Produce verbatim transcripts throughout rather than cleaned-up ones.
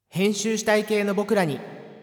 編集したい系の僕らに。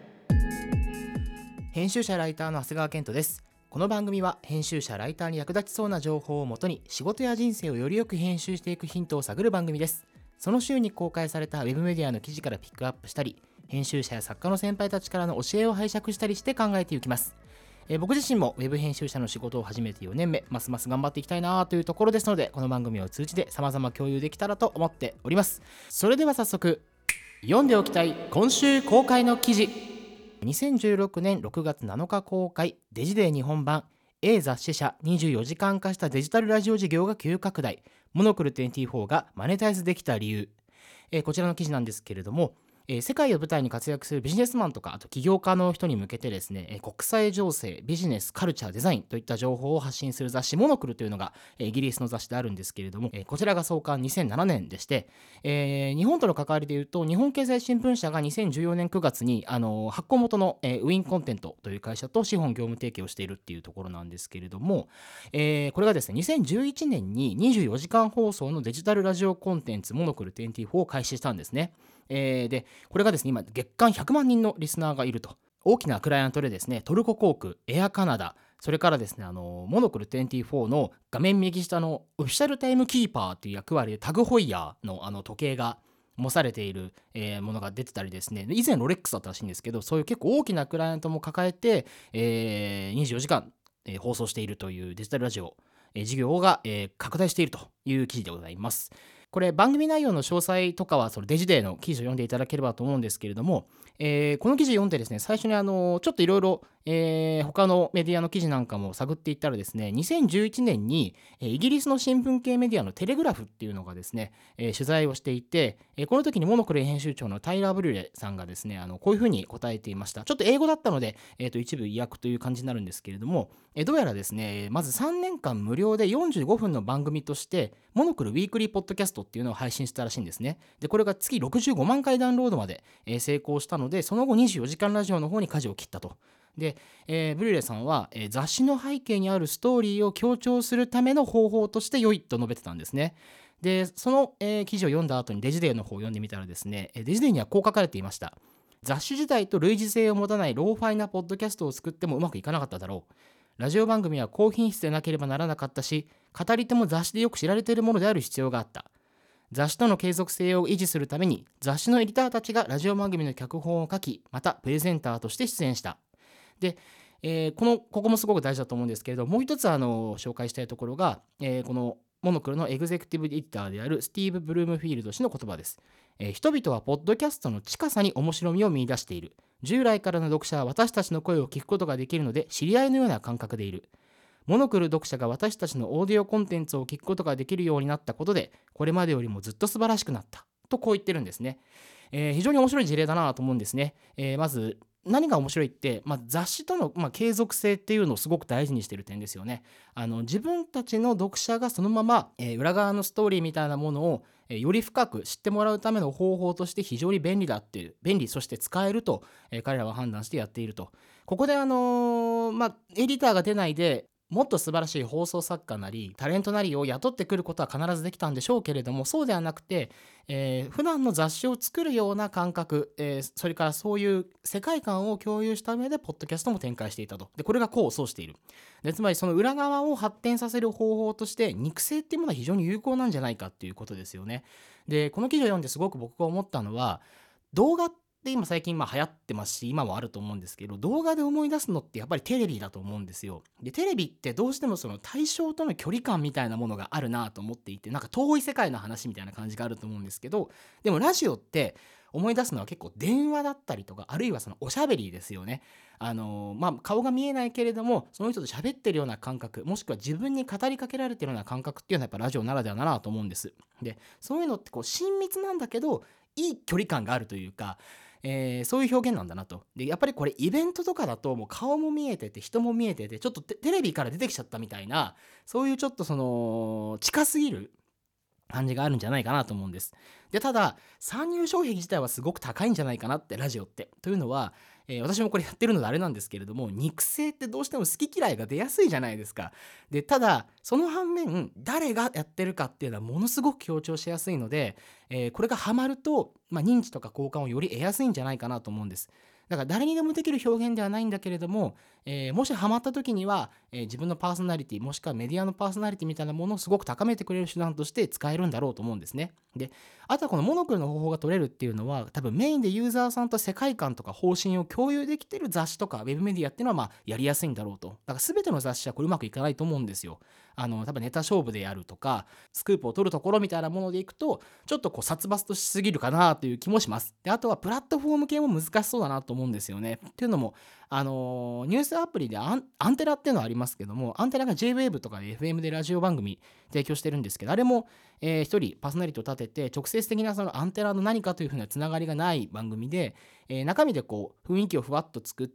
編集者ライターの長谷川健人です。この番組は編集者ライターに役立ちそうな情報をもとに仕事や人生をよりよく編集していくヒントを探る番組です。その週に公開されたウェブメディアの記事からピックアップしたり、編集者や作家の先輩たちからの教えを拝借したりして考えていきます。えー僕自身もウェブ編集者の仕事を始めてよねんめ、ますます頑張っていきたいなというところですので、この番組を通じて様々共有できたらと思っております。それでは早速読んでおきたい今週公開の記事。にせんじゅうろくねんろくがつなのか公開、デジデー日本版 A 雑誌社にじゅうよじかん化したデジタルラジオ事業が急拡大、モノクルにじゅうよんがマネタイズできた理由。えーこちらの記事なんですけれども、えー世界を舞台に活躍するビジネスマンとか、あと起業家の人に向けてですね、えー国際情勢、ビジネス、カルチャー、デザインといった情報を発信する雑誌モノクルというのが、えーイギリスの雑誌であるんですけれども、えーこちらが創刊にせんななねんでして、えー日本との関わりでいうと、日本経済新聞社がにせんじゅうよねんくがつにあのー発行元の、えーウィンコンテントという会社と資本業務提携をしているっていうところなんですけれども、えーこれがですねにせんじゅういちねんににじゅうよじかん放送のデジタルラジオコンテンツモノクルにじゅうよんを開始したんですね。えーでこれがですね今月間ひゃくまんにんのリスナーがいると。大きなクライアントでですね、トルコ航空、エアカナダ、それからですねあのモノクルにじゅうよんの画面右下のオフィシャルタイムキーパーという役割でタグホイヤーのあの時計が模されている、えーものが出てたりですね、以前ロレックスだったらしいんですけど、そういう結構大きなクライアントも抱えて、えーにじゅうよじかん、えー放送しているというデジタルラジオ、えー事業が、えー拡大しているという記事でございます。これ番組内容の詳細とかはそのデジデーの記事を読んでいただければと思うんですけれども、えーこの記事読んでですね、最初にあのちょっといろいろ他のメディアの記事なんかも探っていったらですね、にせんじゅういちねんにえーイギリスの新聞系メディアのテレグラフっていうのがですね、えー取材をしていて、えーこの時にモノクレ編集長のタイラー・ブリュレさんがですね、あのこういうふうに答えていました。ちょっと英語だったので、えーと一部意訳という感じになるんですけれども、えーどうやらですね、まずさんねんかん無料でよんじゅうごふんの番組としてモノクルウィークリーポッドキャストっていうのを配信したらしいんですね。でこれが月ろくじゅうごまんかいダウンロードまで、えー成功したので、その後にじゅうよじかんラジオの方に舵を切ったと。で、えーブリュレさんは、えー雑誌の背景にあるストーリーを強調するための方法として良いと述べてたんですね。でその、えー記事を読んだ後にデジデーの方を読んでみたらですね、えーデジデーにはこう書かれていました。雑誌自体と類似性を持たないローファイなポッドキャストを作ってもうまくいかなかっただろう。ラジオ番組は高品質でなければならなかったし、語り手も雑誌でよく知られているものである必要があった。雑誌との継続性を維持するために雑誌のエディターたちがラジオ番組の脚本を書き、またプレゼンターとして出演した。で、えーこのここもすごく大事だと思うんですけれど、もう一つあの紹介したいところが、えーこのモノクルのエグゼクティブエディターであるスティーブ・ブルームフィールド氏の言葉です。えー人々はポッドキャストの近さに面白みを見出している。従来からの読者は私たちの声を聞くことができるので知り合いのような感覚でいる。モノクル読者が私たちのオーディオコンテンツを聞くことができるようになったことで、これまでよりもずっと素晴らしくなったとこう言ってるんですね。えー非常に面白い事例だなと思うんですね。えーまず何が面白いって、まあ、雑誌との、まあ、継続性っていうのをすごく大事にしている点ですよね。あの自分たちの読者がそのまま、えー裏側のストーリーみたいなものを、えーより深く知ってもらうための方法として非常に便利だっていう便利そして使えると、えー彼らは判断してやっていると。ここであのーまあエディターが出ないでもっと素晴らしい放送作家なりタレントなりを雇ってくることは必ずできたんでしょうけれども、そうではなくて、えー普段の雑誌を作るような感覚、えーそれからそういう世界観を共有した上でポッドキャストも展開していたと。でこれが功を奏している。でつまりその裏側を発展させる方法として肉声っていうものは非常に有効なんじゃないかっていうことですよね。でこの記事を読んですごく僕が思ったのは、動画って今最近まあ流行ってますし、今もあると思うんですけど、動画で思い出すのってやっぱりテレビだと思うんですよ。でテレビってどうしてもその対象との距離感みたいなものがあるなと思っていて、なんか遠い世界の話みたいな感じがあると思うんですけど、でもラジオって思い出すのは結構電話だったりとか、あるいはそのおしゃべりですよね。あのーまあ顔が見えないけれどもその人と喋ってるような感覚、もしくは自分に語りかけられてるような感覚っていうのはやっぱラジオならではだなと思うんです。でそういうのってこう親密なんだけどいい距離感があるというか、えーそういう表現なんだなと。でやっぱりこれイベントとかだともう顔も見えてて人も見えててちょっとテテレビから出てきちゃったみたいな、そういうちょっとその近すぎる感じがあるんじゃないかなと思うんです。でただ参入障壁自体はすごく高いんじゃないかなって、ラジオって。というのは、 えー私もこれやってるのであれなんですけれども、肉声ってどうしても好き嫌いが出やすいじゃないですか。でただその反面誰がやってるかっていうのはものすごく強調しやすいので、えーこれがハマると、まあ、認知とか好感をより得やすいんじゃないかなと思うんです。だから誰にでもできる表現ではないんだけれども、えーもしハマった時には、えー自分のパーソナリティもしくはメディアのパーソナリティみたいなものをすごく高めてくれる手段として使えるんだろうと思うんですね。であとはこのモノクロの方法が取れるっていうのは、多分メインでユーザーさんと世界観とか方針を共有できてる雑誌とかウェブメディアっていうのはまあやりやすいんだろうと。だから全ての雑誌はこれうまくいかないと思うんですよ。あの多分ネタ勝負でやるとかスクープを取るところみたいなものでいくとちょっとこう殺伐としすぎるかなという気もします。であとはプラットフォーム系も難しそうだなと思うんですよね。っていうのもあのニュースアプリでアンアンテナっていうのはありますけども、アンテナが ジェイウェーブ とかで エフエム でラジオ番組提供してるんですけど、あれも、えー、一人パーソナリティを立てて直接的なそのアンテナの何かというふうなつながりがない番組で、えー中身でこう雰囲気をふわっと作って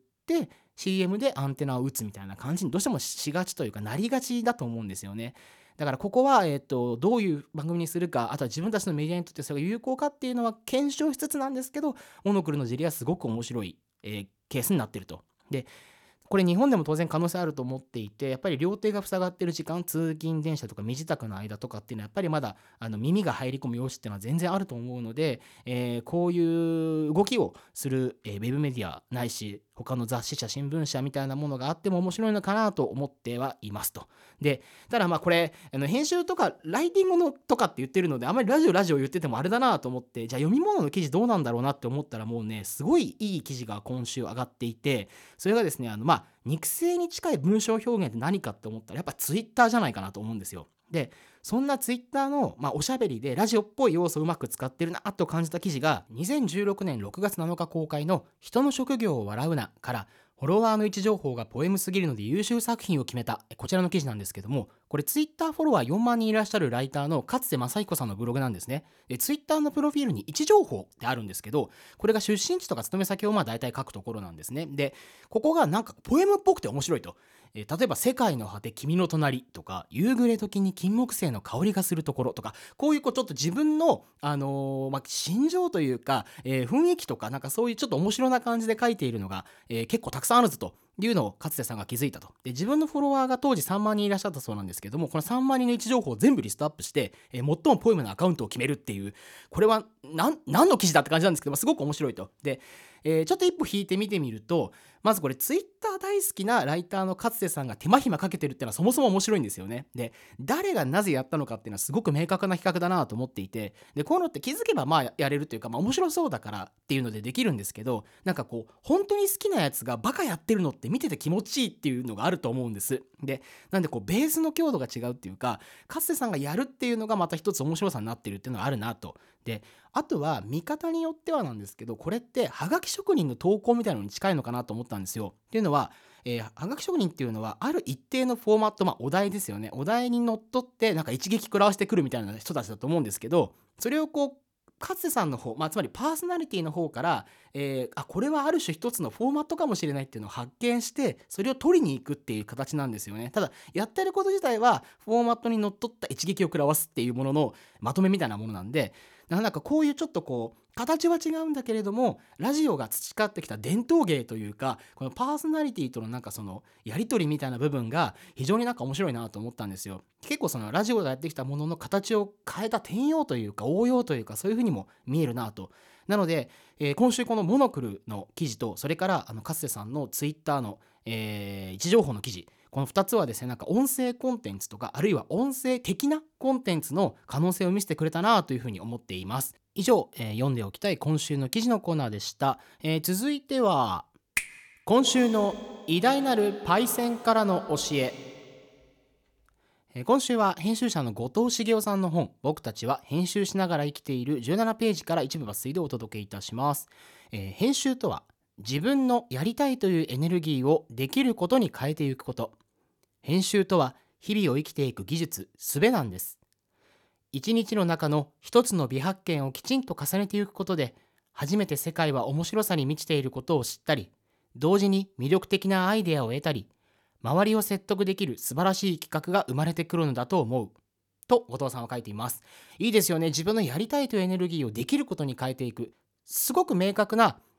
シーエム でアンテナを打つみたいな感じにどうしてもしがちというかなりがちだと思うんですよね。だからここは、えー、とどういう番組にするか、あとは自分たちのメディアにとってそれが有効かっていうのは検証しつつなんですけど、モノクロの事例はすごく面白い、えーケースになっていると。でこれ日本でも当然可能性あると思っていて、やっぱり両手が塞がってる時間、通勤電車とか身支度の間とかっていうのはやっぱりまだあの耳が入り込む様子っていうのは全然あると思うので、えーこういう動きをする、えーウェブメディアないし他の雑誌社新聞社みたいなものがあっても面白いのかなと思ってはいますと。でただまあこれあの編集とかライティングのとかって言ってるので、あまりラジオラジオ言っててもあれだなと思って、じゃあ読み物の記事どうなんだろうなって思ったら、もうねすごいいい記事が今週上がっていて、それがですねあのまあ肉声に近い文章表現って何かって思ったらやっぱツイッターじゃないかなと思うんですよ。でそんなツイッターの、まあ、おしゃべりでラジオっぽい要素をうまく使ってるなと感じた記事が、にせんじゅうろくねんろくがつなのか公開の人の職業を笑うなからフォロワーの位置情報がポエムすぎるので優秀作品を決めた、こちらの記事なんですけども、これツイッターフォロワーよんまんにんいらっしゃるライターの勝瀬正彦さんのブログなんですね。でツイッターのプロフィールに位置情報ってあるんですけど、これが出身地とか勤め先をまあ大体書くところなんですね。でここがなんかポエムっぽくて面白いと。えー例えば世界の果て君の隣とか夕暮れ時に金木犀の香りがするところとか、こういうこうちょっと自分の、あのーまあ、心情というか、えー雰囲気とかなんかそういうちょっと面白な感じで書いているのが、えー結構たくさんあるぞというのを勝瀬さんが気づいたと。で自分のフォロワーが当時さんまんにんいらっしゃったそうなんですけども、このさんまんにんの位置情報を全部リストアップして、えー最もポエムのアカウントを決めるっていう、これは何何の記事だって感じなんですけど、まあすごく面白いと。でえーちょっと一歩引いて見てみると、まずこれツイッター大好きなライターの勝瀬さんが手間暇かけてるっていうのはそもそも面白いんですよね。で誰がなぜやったのかっていうのはすごく明確な企画だなと思っていて、でこういうのって気づけばまあやれるというか、まあ面白そうだからっていうのでできるんですけど、なんかこう本当に好きなやつがバカやってるのって見てて気持ちいいっていうのがあると思うんです。でなんでこうベースの強度が違うっていうか、勝瀬さんがやるっていうのがまた一つ面白さになってるっていうのがあるなと。であとは見方によってはなんですけど、これってハガキ職人の投稿みたいなのに近いのかなと思ったんですよ。っていうのは、えー、はがき職人っていうのはある一定のフォーマット、まあお題ですよね、お題にのっとってなんか一撃食らわしてくるみたいな人たちだと思うんですけど、それをこう勝瀬さんの方、まあ、つまりパーソナリティの方から、えーあこれはある種一つのフォーマットかもしれないっていうのを発見して、それを取りに行くっていう形なんですよね。ただやってること自体はフォーマットにのっとった一撃を食らわすっていうもののまとめみたいなものなんで、なんかこういうちょっとこう形は違うんだけれども、ラジオが培ってきた伝統芸というか、このパーソナリティとのなんかそのやり取りみたいな部分が非常になんか面白いなと思ったんですよ。結構そのラジオがやってきたものの形を変えた転用というか応用というか、そういう風にも見えるなと。なので、えー今週このモノクルの記事と、それからあのカッセさんのツイッターの、えー位置情報の記事、このふたつはですね、なんか音声コンテンツとかあるいは音声的なコンテンツの可能性を見せてくれたなというふうに思っています。以上、えー読んでおきたい今週の記事のコーナーでした。えー続いては今週の偉大なるパイセンからの教え。えー今週は編集者の後藤茂雄さんの本、僕たちは編集しながら生きているじゅうななページから一部抜粋でお届けいたします。えー編集とは自分のやりたいというエネルギーをできることに変えていくこと。編集とは日々を生きていく技術、術なんです。一日の中の一つの微発見をきちんと重ねていくことで、初めて世界は面白さに満ちていることを知ったり、同時に魅力的なアイデアを得たり、周りを説得できる素晴らしい企画が生まれてくるのだと思う。と後藤さんは書いています。いいですよね。自分のやりたいというエネルギーをできることに変えていく。すごく明確な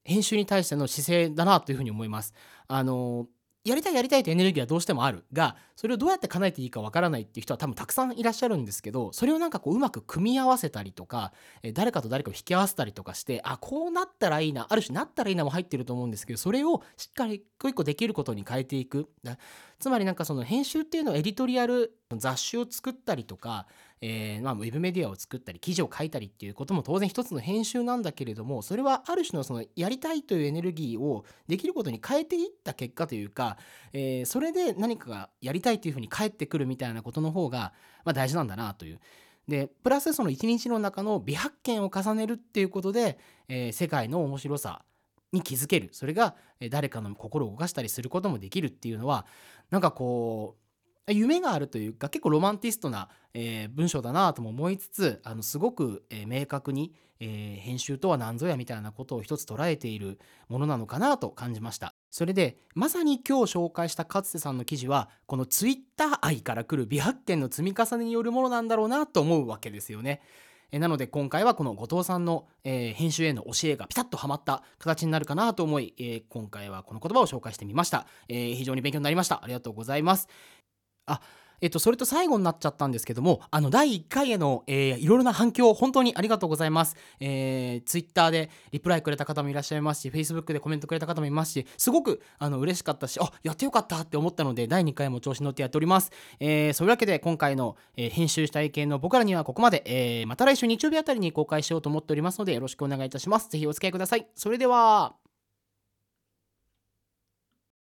編集に対しての姿勢だなというふうに思います。あのやりたいやりたいというエネルギーはどうしてもあるが、それをどうやって叶えていいかわからないっていう人は多分たくさんいらっしゃるんですけど、それをなんかこううまく組み合わせたりとか、えー誰かと誰かを引き合わせたりとかして、あ、こうなったらいいな、ある種なったらいいなも入ってると思うんですけど、それをしっかり一個一個できることに変えていく。だつまりなんかその編集っていうのはエディトリアル雑誌を作ったりとか、えーまあ、ウェブメディアを作ったり記事を書いたりっていうことも当然一つの編集なんだけれども、それはある種のそのやりたいというエネルギーをできることに変えていった結果というか、えーそれで何かがやりたいというふうに返ってくるみたいなことの方が、まあ、大事なんだなという。でプラスその一日の中の微発見を重ねるっていうことで、えー世界の面白さに気づける、それがえー誰かの心を動かしたりすることもできるっていうのは、なんかこう夢があるというか、結構ロマンティストな、えー文章だなとも思いつつ、あのすごく、えー明確に、えー編集とは何ぞやみたいなことを一つ捉えているものなのかなと感じました。それでまさに今日紹介した勝瀬さんの記事は、このツイッター愛から来る美発見の積み重ねによるものなんだろうなと思うわけですよね。えーなので今回はこの後藤さんの、えー編集への教えがピタッとはまった形になるかなと思い、えー今回はこの言葉を紹介してみました。えー非常に勉強になりました。ありがとうございます。あ、えっと、それと最後になっちゃったんですけども、あの、だいいっかいへの、えーいろいろな反響、本当にありがとうございます。えー、ツイッターでリプライくれた方もいらっしゃいますし、Facebook でコメントくれた方もいますし、すごく、あの、嬉しかったし、あ、やってよかったって思ったので、だいにかいも調子に乗ってやっております。えー、そういうわけで、今回の、えー編集した意見の僕らにはここまで、えーまた来週日曜日あたりに公開しようと思っておりますので、よろしくお願いいたします。ぜひお付き合いください。それでは。